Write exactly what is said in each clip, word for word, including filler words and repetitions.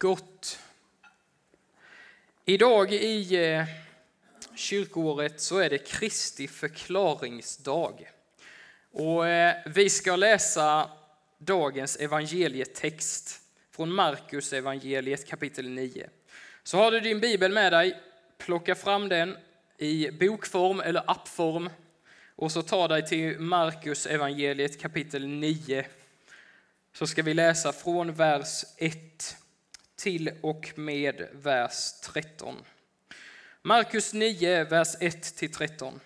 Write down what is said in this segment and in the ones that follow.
gott. Idag i eh, kyrkoåret så är det Kristi förklaringsdag. Och eh, vi ska läsa dagens evangelietext från Markus evangeliet kapitel nio. Så har du din bibel med dig, plocka fram den i bokform eller appform. Och så ta dig till Markus evangeliet kapitel nio. Så ska vi läsa från vers ett till och med vers tretton. Markus nio, vers ett till tretton.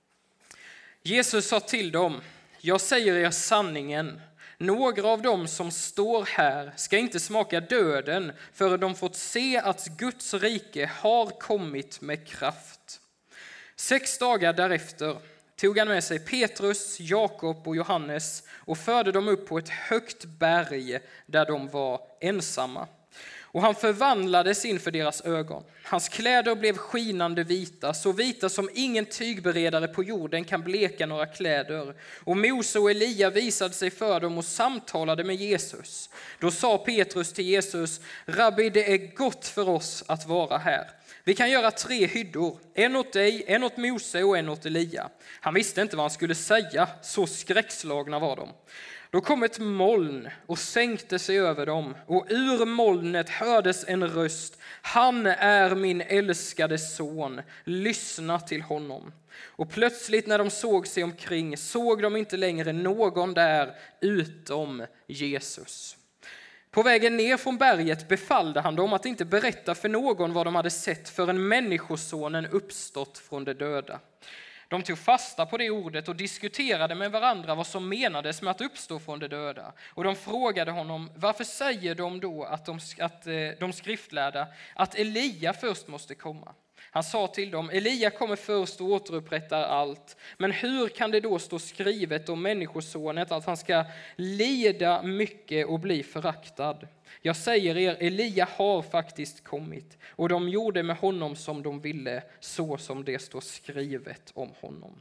Jesus sa till dem: jag säger er sanningen. Några av dem som står här ska inte smaka döden förrän de fått se att Guds rike har kommit med kraft. Sex dagar därefter tog han med sig Petrus, Jakob och Johannes och förde dem upp på ett högt berg där de var ensamma. Och han förvandlades inför deras ögon. Hans kläder blev skinande vita, så vita som ingen tygberedare på jorden kan bleka några kläder. Och Mose och Elia visade sig för dem och samtalade med Jesus. Då sa Petrus till Jesus: Rabbi, det är gott för oss att vara här. Vi kan göra tre hyddor, en åt dig, en åt Mose och en åt Elia. Han visste inte vad han skulle säga, så skräckslagna var de. Då kom ett moln och sänkte sig över dem, och ur molnet hördes en röst: han är min älskade son, lyssna till honom. Och plötsligt när de såg sig omkring såg de inte längre någon där utom Jesus. På vägen ner från berget befallde han dem att inte berätta för någon vad de hade sett förrän människosonen uppstått från de döda. De tog fasta på det ordet och diskuterade med varandra vad som menades med att uppstå från de döda. Och de frågade honom: varför säger de då att de, att de skriftlärda att Elia först måste komma? Han sa till dem: Elia kommer först och återupprättar allt. Men hur kan det då stå skrivet om människosonet att han ska lida mycket och bli föraktad? Jag säger er, Elia har faktiskt kommit, och de gjorde med honom som de ville, så som det står skrivet om honom.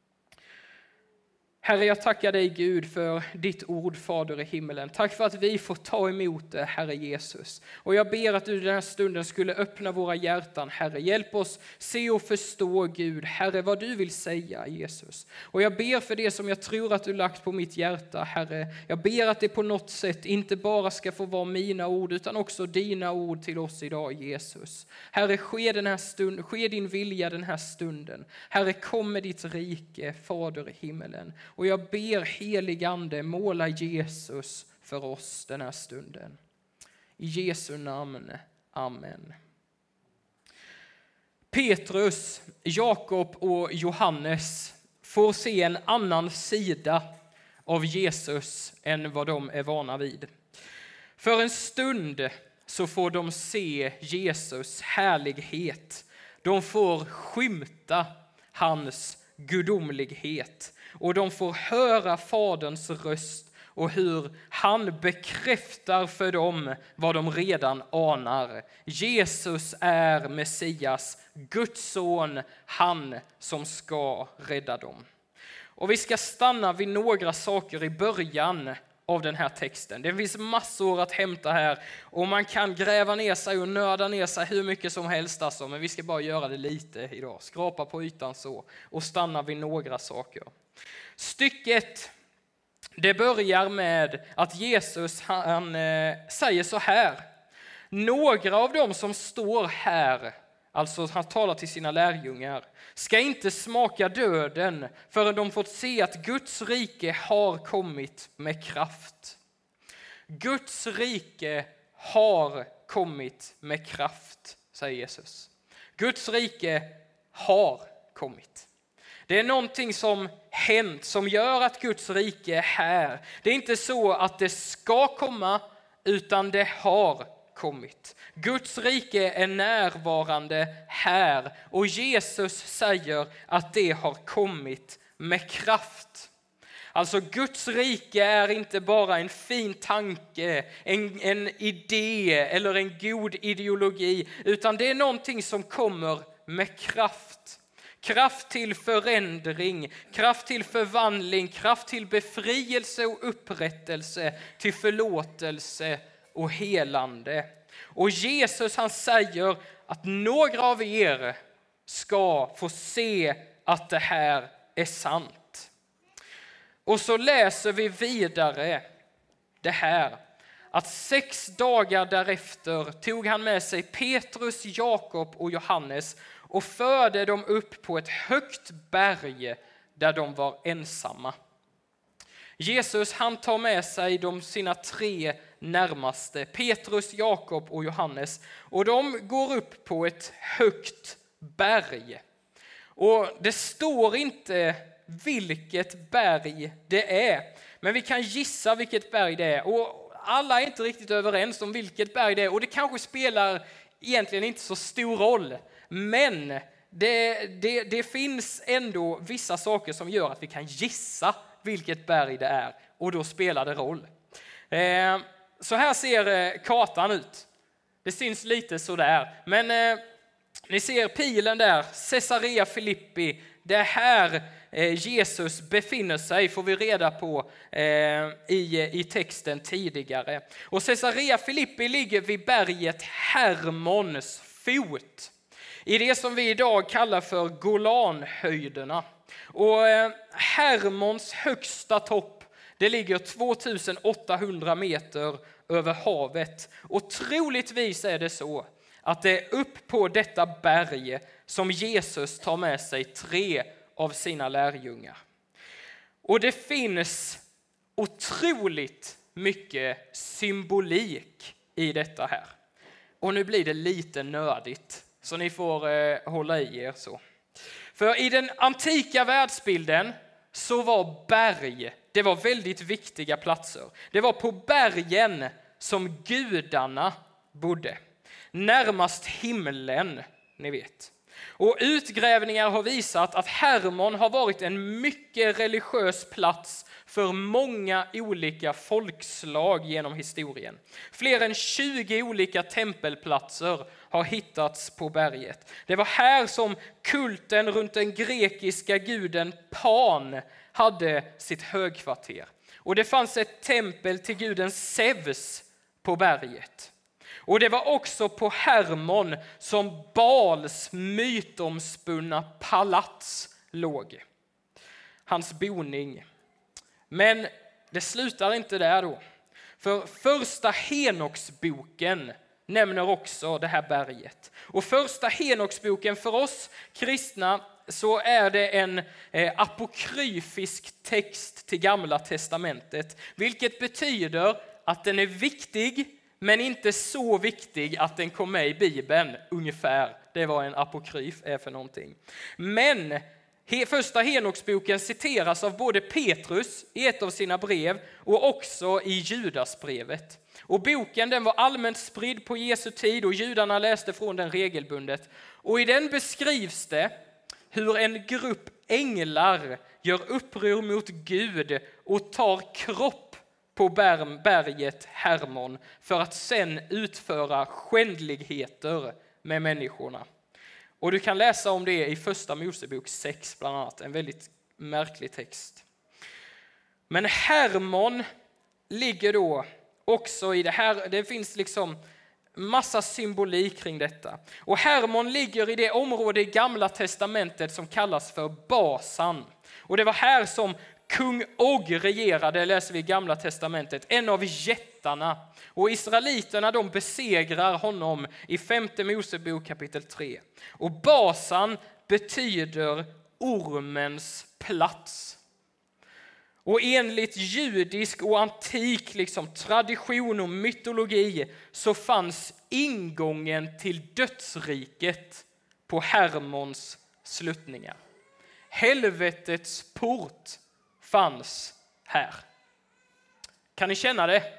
Herre, jag tackar dig Gud för ditt ord, Fader i himmelen. Tack för att vi får ta emot det, Herre Jesus. Och jag ber att du den här stunden skulle öppna våra hjärtan, Herre. Hjälp oss se och förstå, Gud, Herre, vad du vill säga, Jesus. Och jag ber för det som jag tror att du lagt på mitt hjärta, Herre. Jag ber att det på något sätt inte bara ska få vara mina ord, utan också dina ord till oss idag, Jesus. Herre, ske, den här stund, ske din vilja den här stunden. Herre, kom med ditt rike, Fader i himmelen. Och jag ber, helig ande, måla Jesus för oss den här stunden. I Jesu namn, amen. Petrus, Jakob och Johannes får se en annan sida av Jesus än vad de är vana vid. För en stund så får de se Jesus härlighet. De får skymta hans gudomlighet. Och de får höra Faderns röst och hur han bekräftar för dem vad de redan anar. Jesus är Messias, Guds son, han som ska rädda dem. Och vi ska stanna vid några saker i början av den här texten. Det finns massor att hämta här och man kan gräva ner sig och nörda ner sig hur mycket som helst alltså, men vi ska bara göra det lite idag. Skrapa på ytan så och stanna vid några saker. Stycket, det börjar med att Jesus han, eh, säger så här: några av dem som står här, alltså han talar till sina lärjungar, ska inte smaka döden förrän de fått se att Guds rike har kommit med kraft. Guds rike har kommit med kraft, säger Jesus. Guds rike har kommit. Det är någonting som hänt som gör att Guds rike är här. Det är inte så att det ska komma, utan det har kommit. Guds rike är närvarande här och Jesus säger att det har kommit med kraft. Alltså Guds rike är inte bara en fin tanke, en, en idé eller en god ideologi, utan det är någonting som kommer med kraft. Kraft till förändring, kraft till förvandling, kraft till befrielse och upprättelse, till förlåtelse och helande. Och Jesus han säger att några av er ska få se att det här är sant. Och så läser vi vidare det här. Att sex dagar därefter tog han med sig Petrus, Jakob och Johannes och förde dem upp på ett högt berg där de var ensamma. Jesus han tar med sig de sina tre närmaste, Petrus, Jakob och Johannes, och de går upp på ett högt berg. Och det står inte vilket berg det är, men vi kan gissa vilket berg det är. Och alla är inte riktigt överens om vilket berg det är, och det kanske spelar egentligen inte så stor roll. Men det, det, det finns ändå vissa saker som gör att vi kan gissa vilket berg det är, och då spelar det roll. Eh, så här ser kartan ut. Det syns lite sådär, men eh, ni ser pilen där, Caesarea Philippi. Det är här eh, Jesus befinner sig, får vi reda på eh, i, i texten tidigare. Och Caesarea Philippi ligger vid berget Hermons fot, i det som vi idag kallar för Golanhöjderna. Och eh, Hermons högsta topp, det ligger tvåtusen åttahundra meter över havet. Och troligtvis är det så att det är upp på detta berg som Jesus tar med sig tre av sina lärjungar. Och det finns otroligt mycket symbolik i detta här. Och nu blir det lite nördigt, så ni får eh, hålla i er så. För i den antika världsbilden så var berg, det var väldigt viktiga platser. Det var på bergen som gudarna bodde. Närmast himlen, ni vet. Och utgrävningar har visat att Hermon har varit en mycket religiös plats för många olika folkslag genom historien. Fler än tjugo olika tempelplatser har hittats på berget. Det var här som kulten runt den grekiska guden Pan hade sitt högkvarter. Och det fanns ett tempel till guden Zeus på berget. Och det var också på Hermon som Baals mytomspunna palats låg. Hans boning. Men det slutar inte där då. För första Henoksboken nämner också det här berget. Och första Henoksboken för oss kristna så är det en eh, apokryfisk text till Gamla testamentet. Vilket betyder att den är viktig, men inte så viktig att den kom med i Bibeln, ungefär. Det var en apokryf är för någonting. Men he, första Henoksboken citeras av både Petrus i ett av sina brev och också i Judasbrevet. Och boken den var allmänt spridd på Jesu tid och judarna läste från den regelbundet. Och i den beskrivs det hur en grupp änglar gör uppror mot Gud och tar kropp på berget Hermon för att sen utföra skändligheter med människorna. Och du kan läsa om det i första Mosebok sex bland annat, en väldigt märklig text. Men Hermon ligger då också i det här, det finns liksom massa symbolik kring detta. Och Hermon ligger i det område i Gamla testamentet som kallas för Basan. Och det var här som kung Og regerade, läser vi i Gamla testamentet, en av jättarna. Och israeliterna de besegrar honom i femte Mosebok kapitel tre. Och Basan betyder ormens plats. Och enligt judisk och antik liksom, tradition och mytologi så fanns ingången till dödsriket på Hermons sluttningar. Helvetets port fanns här. Kan ni känna det?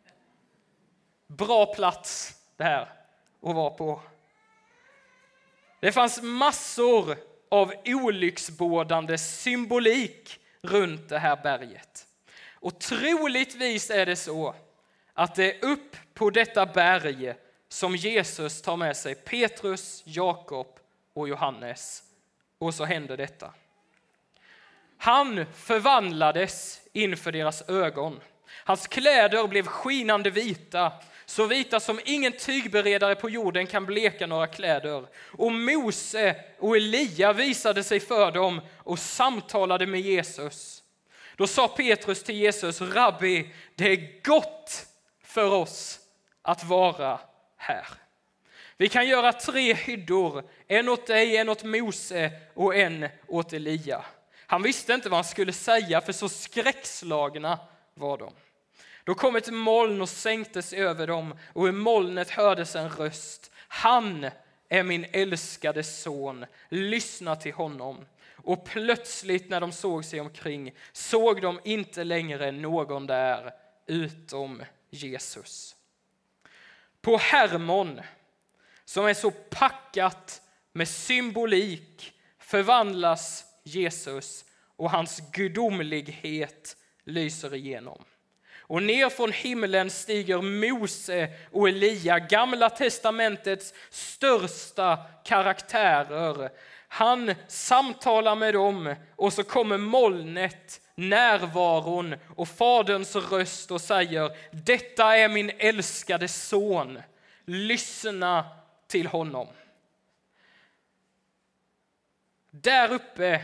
Bra plats det här att vara på. Det fanns massor av olycksbådande symbolik runt det här berget. Och troligtvis är det så att det är upp på detta berg som Jesus tar med sig Petrus, Jakob och Johannes. Och så händer detta. Han förvandlades inför deras ögon. Hans kläder blev skinande vita så vita som ingen tygberedare på jorden kan bleka några kläder. Och Mose och Elia visade sig för dem och samtalade med Jesus. Då sa Petrus till Jesus: Rabbi, det är gott för oss att vara här. Vi kan göra tre hyddor, en åt dig, en åt Mose och en åt Elia. Han visste inte vad han skulle säga, för så skräckslagna var de. Då kom ett moln och sänktes över dem, och i molnet hördes en röst: Han är min älskade son, lyssna till honom. Och plötsligt när de såg sig omkring såg de inte längre någon där utom Jesus. På Hermon, som är så packat med symbolik, förvandlas Jesus och hans gudomlighet lyser igenom. Och ner från himlen stiger Mose och Elia, Gamla testamentets största karaktärer. Han samtalar med dem och så kommer molnet, närvaron och faderns röst och säger: Detta är min älskade son, lyssna till honom. Där uppe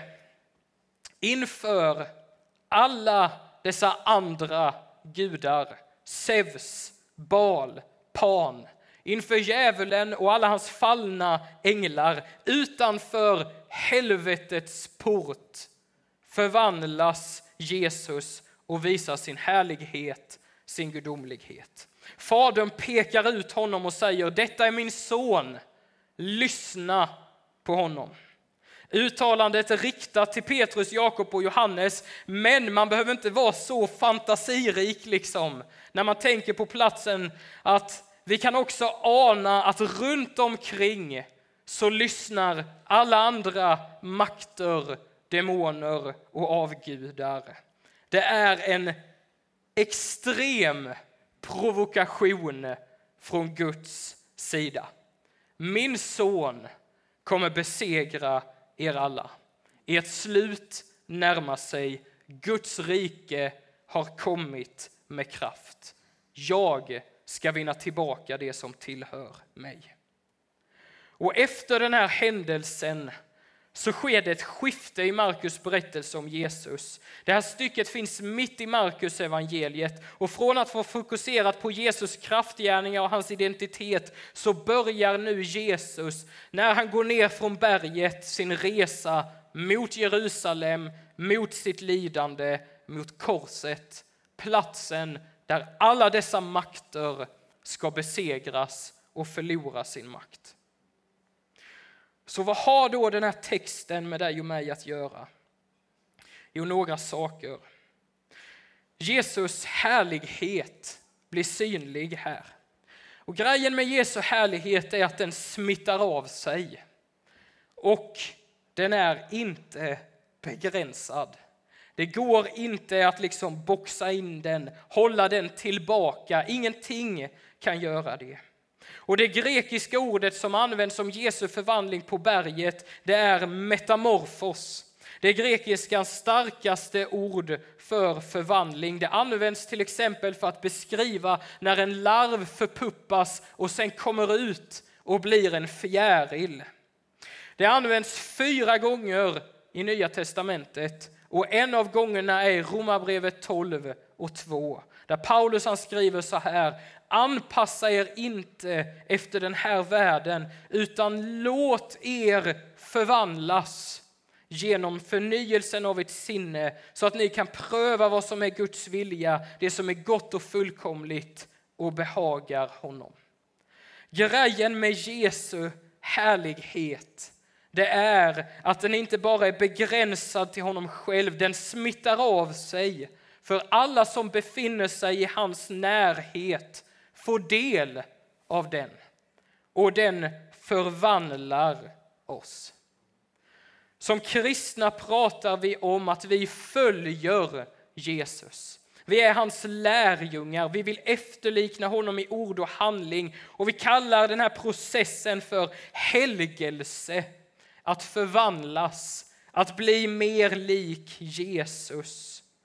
inför alla dessa andra gudar, Zeus, Baal, Pan, inför djävulen och alla hans fallna änglar, utanför helvetets port, förvandlas Jesus och visar sin härlighet, sin gudomlighet. Fadern pekar ut honom och säger: Detta är min son, lyssna på honom. Uttalandet är riktat till Petrus, Jakob och Johannes, men man behöver inte vara så fantasirik liksom när man tänker på platsen, att vi kan också ana att runt omkring så lyssnar alla andra makter, demoner och avgudar. Det är en extrem provokation från Guds sida. Min son kommer besegra er alla. Ert slut närmar sig. Guds rike har kommit med kraft. Jag ska vinna tillbaka det som tillhör mig. Och efter den här händelsen så sker det ett skifte i Markus berättelse om Jesus. Det här stycket finns mitt i Markus evangeliet, och från att få fokuserat på Jesus kraftgärningar och hans identitet så börjar nu Jesus, när han går ner från berget, sin resa mot Jerusalem, mot sitt lidande, mot korset, platsen där alla dessa makter ska besegras och förlora sin makt. Så vad har då den här texten med dig och mig att göra? Jo, några saker. Jesus härlighet blir synlig här. Och grejen med Jesu härlighet är att den smittar av sig. Och den är inte begränsad. Det går inte att liksom boxa in den, hålla den tillbaka. Ingenting kan göra det. Och det grekiska ordet som används om Jesu förvandling på berget, det är metamorfos. Det är grekiskans starkaste ord för förvandling. Det används till exempel för att beskriva när en larv förpuppas och sen kommer ut och blir en fjäril. Det används fyra gånger i Nya testamentet, och en av gångerna är Romarbrevet tolv och två. Där Paulus han skriver så här: Anpassa er inte efter den här världen, utan låt er förvandlas genom förnyelsen av ett sinne, så att ni kan pröva vad som är Guds vilja, det som är gott och fullkomligt och behagar honom. Grejen med Jesu härlighet, det är att den inte bara är begränsad till honom själv, den smittar av sig. För alla som befinner sig i hans närhet får del av den. Och den förvandlar oss. Som kristna pratar vi om att vi följer Jesus. Vi är hans lärjungar. Vi vill efterlikna honom i ord och handling. Och vi kallar den här processen för helgelse. Att förvandlas. Att bli mer lik Jesus.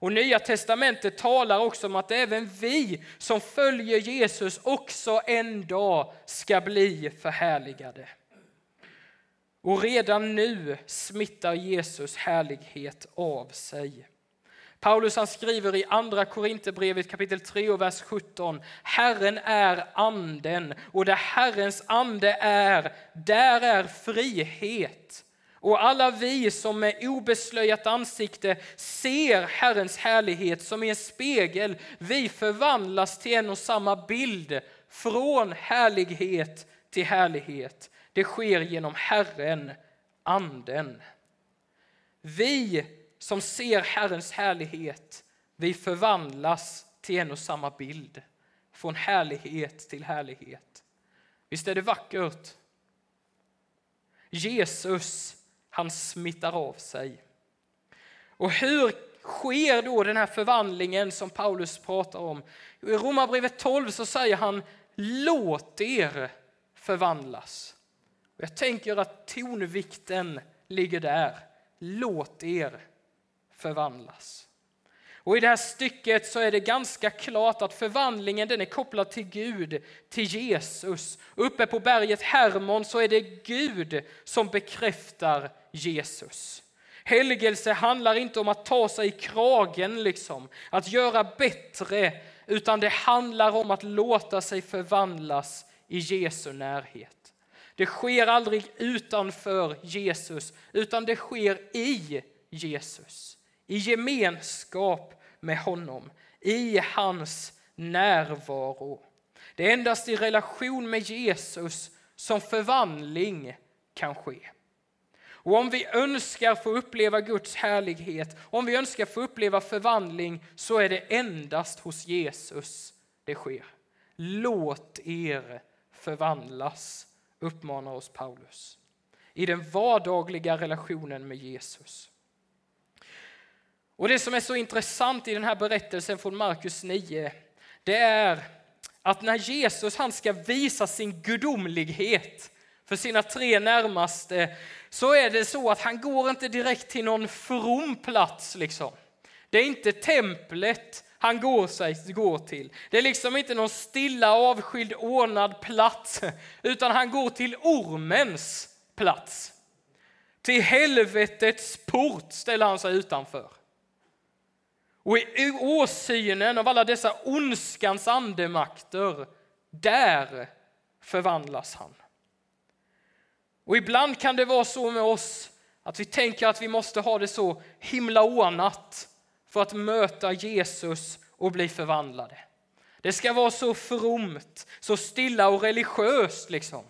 Och Nya testamentet talar också om att även vi som följer Jesus också en dag ska bli förhärligade. Och redan nu smittar Jesus härlighet av sig. Paulus han skriver i andra Korinthierbrevet kapitel tre och vers sjutton: Herren är anden, och där Herrens ande är, där är frihet. Och alla vi som med obeslöjat ansikte ser Herrens härlighet som i en spegel, vi förvandlas till en och samma bild, från härlighet till härlighet. Det sker genom Herren, anden. Vi som ser Herrens härlighet, vi förvandlas till en och samma bild, från härlighet till härlighet. Visst är det vackert? Jesus, han smittar av sig. Och hur sker då den här förvandlingen som Paulus pratar om? I Romarbrevet tolv så säger han: låt er förvandlas. Och jag tänker att tonvikten ligger där. Låt er förvandlas. Och i det här stycket så är det ganska klart att förvandlingen den är kopplad till Gud, till Jesus. Uppe på berget Hermon så är det Gud som bekräftar Jesus. Helgelse handlar inte om att ta sig i kragen, liksom, att göra bättre, utan det handlar om att låta sig förvandlas i Jesu närhet. Det sker aldrig utanför Jesus, utan det sker i Jesus. I gemenskap med honom, i hans närvaro. Det är endast i relation med Jesus som förvandling kan ske. Och om vi önskar få uppleva Guds härlighet, om vi önskar få uppleva förvandling, så är det endast hos Jesus det sker. Låt er förvandlas, uppmanar oss Paulus, i den vardagliga relationen med Jesus. Och det som är så intressant i den här berättelsen från Markus nio, det är att när Jesus han ska visa sin gudomlighet för sina tre närmaste, så är det så att han går inte direkt till någon from plats. Liksom. Det är inte templet han går, sig, går till. Det är liksom inte någon stilla, avskild, ordnad plats, utan han går till ormens plats. Till helvetets port ställer han sig utanför. Och i åsynen av alla dessa ondskans andemakter, där förvandlas han. Och ibland kan det vara så med oss att vi tänker att vi måste ha det så himla ordnat för att möta Jesus och bli förvandlade. Det ska vara så fromt, så stilla och religiöst liksom.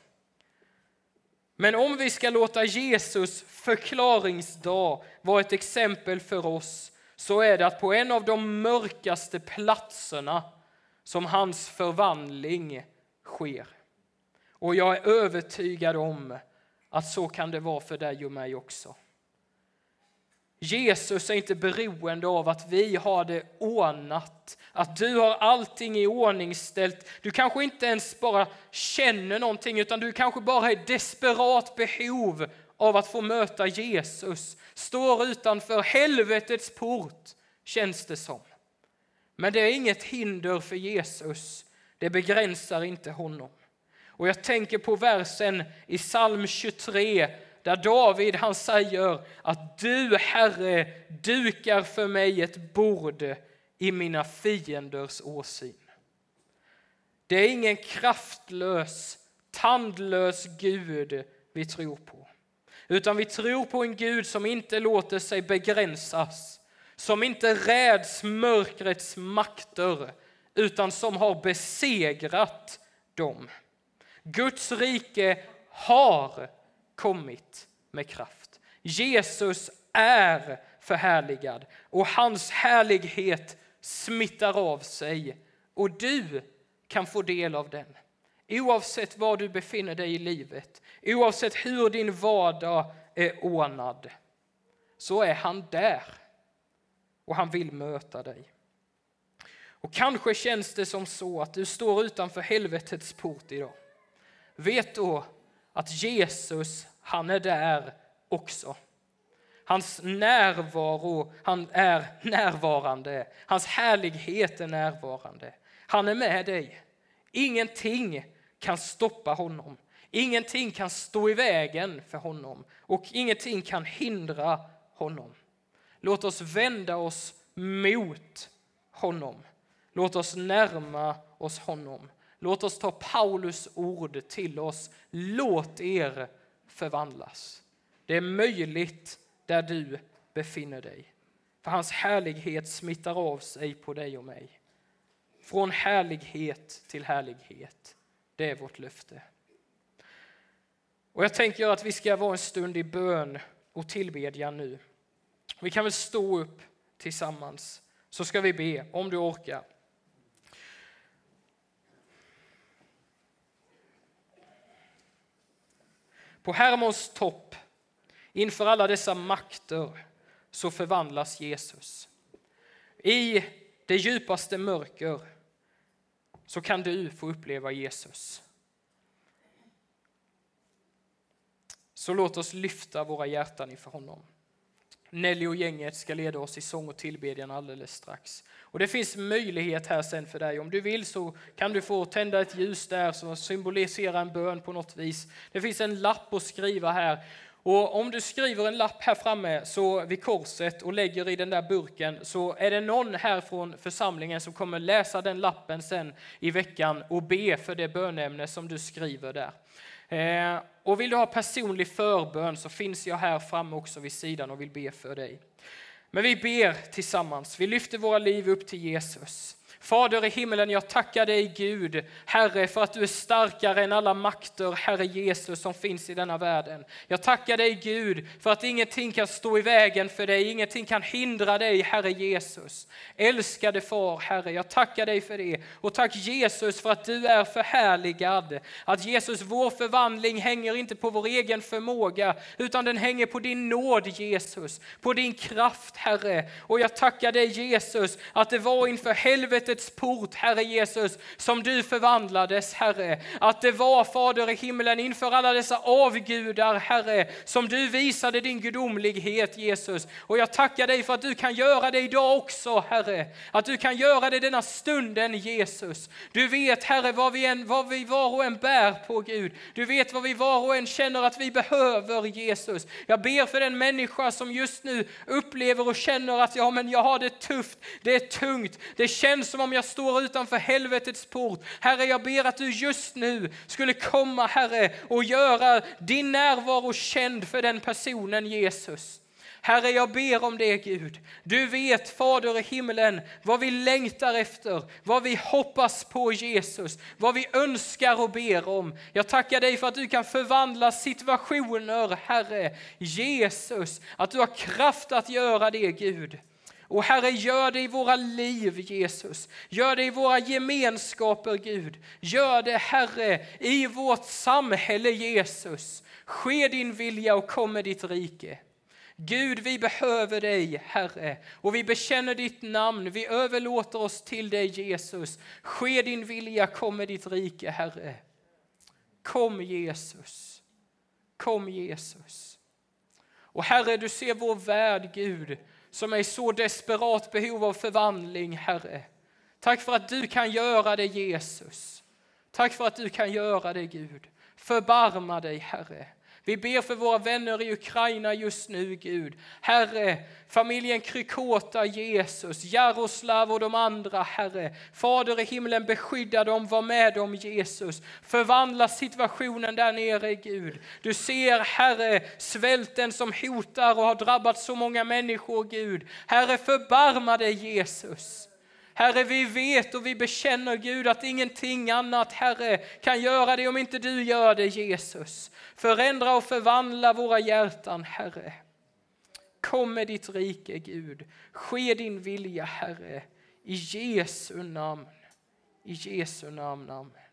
Men om vi ska låta Jesus förklaringsdag vara ett exempel för oss, så är det att på en av de mörkaste platserna som hans förvandling sker. Och jag är övertygad om att så kan det vara för dig och mig också. Jesus är inte beroende av att vi har det ordnat, att du har allting i ordning ställt. Du kanske inte ens bara känner någonting, utan du kanske bara är desperat behov av att få möta Jesus. Står utanför helvetets port, känns det som. Men det är inget hinder för Jesus. Det begränsar inte honom. Och jag tänker på versen i psalm tjugotre, där David han säger att du, Herre, dukar för mig ett bord i mina fienders åsyn. Det är ingen kraftlös, tandlös Gud vi tror på. Utan vi tror på en Gud som inte låter sig begränsas, som inte räds mörkrets makter, utan som har besegrat dem. Guds rike har kommit med kraft. Jesus är förhärligad och hans härlighet smittar av sig, och du kan få del av den. Oavsett var du befinner dig i livet, oavsett hur din vardag är ordnad, så är han där och han vill möta dig. Och kanske känns det som så att du står utanför helvetets port idag. Vet då att Jesus, han är där också. Hans närvaro, han är närvarande. Hans härlighet är närvarande. Han är med dig. Ingenting kan stoppa honom. Ingenting kan stå i vägen för honom. Och ingenting kan hindra honom. Låt oss vända oss mot honom. Låt oss närma oss honom. Låt oss ta Paulus ord till oss. Låt er förvandlas. Det är möjligt där du befinner dig. För hans härlighet smittar av sig på dig och mig. Från härlighet till härlighet. Det är vårt löfte. Och jag tänker att vi ska vara en stund i bön och tillbedjan nu. Vi kan väl stå upp tillsammans. Så ska vi be om du orkar. På Hermons topp, inför alla dessa makter, så förvandlas Jesus. I det djupaste mörker så kan du få uppleva Jesus. Så låt oss lyfta våra hjärtan inför honom. Nelly och gänget ska leda oss i sång och tillbedjan alldeles strax. Och det finns möjlighet här sen för dig. Om du vill så kan du få tända ett ljus där som symboliserar en bön på något vis. Det finns en lapp att skriva här. Och om du skriver en lapp här framme så vid korset och lägger i den där burken, så är det någon här från församlingen som kommer läsa den lappen sen i veckan och be för det bönämne som du skriver där. Eh, och vill du ha personlig förbön så finns jag här framme också vid sidan och vill be för dig. Men vi ber tillsammans. Vi lyfter våra liv upp till Jesus. Fader i himmelen, jag tackar dig Gud, Herre, för att du är starkare än alla makter, Herre Jesus, som finns i denna världen. Jag tackar dig Gud för att ingenting kan stå i vägen för dig, ingenting kan hindra dig, Herre Jesus. Älskade far, Herre, jag tackar dig för det. Och tack Jesus för att du är förhärligad. Att Jesus, vår förvandling hänger inte på vår egen förmåga, utan den hänger på din nåd Jesus, på din kraft, Herre. Och jag tackar dig Jesus att det var inför helvetet port, Herre Jesus, som du förvandlades, Herre. Att det var, Fader i himlen, inför alla dessa avgudar, Herre, som du visade din gudomlighet, Jesus. Och jag tackar dig för att du kan göra det idag också, Herre. Att du kan göra det denna stunden, Jesus. Du vet, Herre, vad vi, än, vad vi var och en bär på, Gud. Du vet vad vi var och en känner att vi behöver, Jesus. Jag ber för den människa som just nu upplever och känner att ja, men jag har det tufft, det är tungt, det känns som om jag står utanför helvetets port. Herre, jag ber att du just nu skulle komma, Herre, och göra din närvaro känd för den personen, Jesus. Herre, jag ber om det, Gud. Du vet, Fader i himlen, vad vi längtar efter, vad vi hoppas på, Jesus, vad vi önskar och ber om. Jag tackar dig för att du kan förvandla situationer, Herre, Jesus, att du har kraft att göra det, Gud. Och Herre, gör det i våra liv, Jesus. Gör det i våra gemenskaper, Gud. Gör det, Herre, i vårt samhälle, Jesus. Ske din vilja och kom med ditt rike. Gud, vi behöver dig, Herre. Och vi bekänner ditt namn. Vi överlåter oss till dig, Jesus. Ske din vilja, kom med ditt rike, Herre. Kom, Jesus. Kom, Jesus. Och Herre, du ser vår värld, Gud, som är i så desperat behov av förvandling, Herre. Tack för att du kan göra det, Jesus. Tack för att du kan göra det, Gud. Förbarma dig, Herre. Vi ber för våra vänner i Ukraina just nu, Gud. Herre, familjen Krykota, Jesus, Jaroslav och de andra, Herre. Fader i himlen, beskydda dem, var med dem, Jesus. Förvandla situationen där nere, Gud. Du ser, Herre, svälten som hotar och har drabbat så många människor, Gud. Herre, förbarma dig, Jesus. Herre, vi vet och vi bekänner, Gud, att ingenting annat, Herre, kan göra det om inte du gör det, Jesus. Förändra och förvandla våra hjärtan, Herre. Kom med ditt rike, Gud. Ske din vilja, Herre. I Jesu namn. I Jesu namn, amen.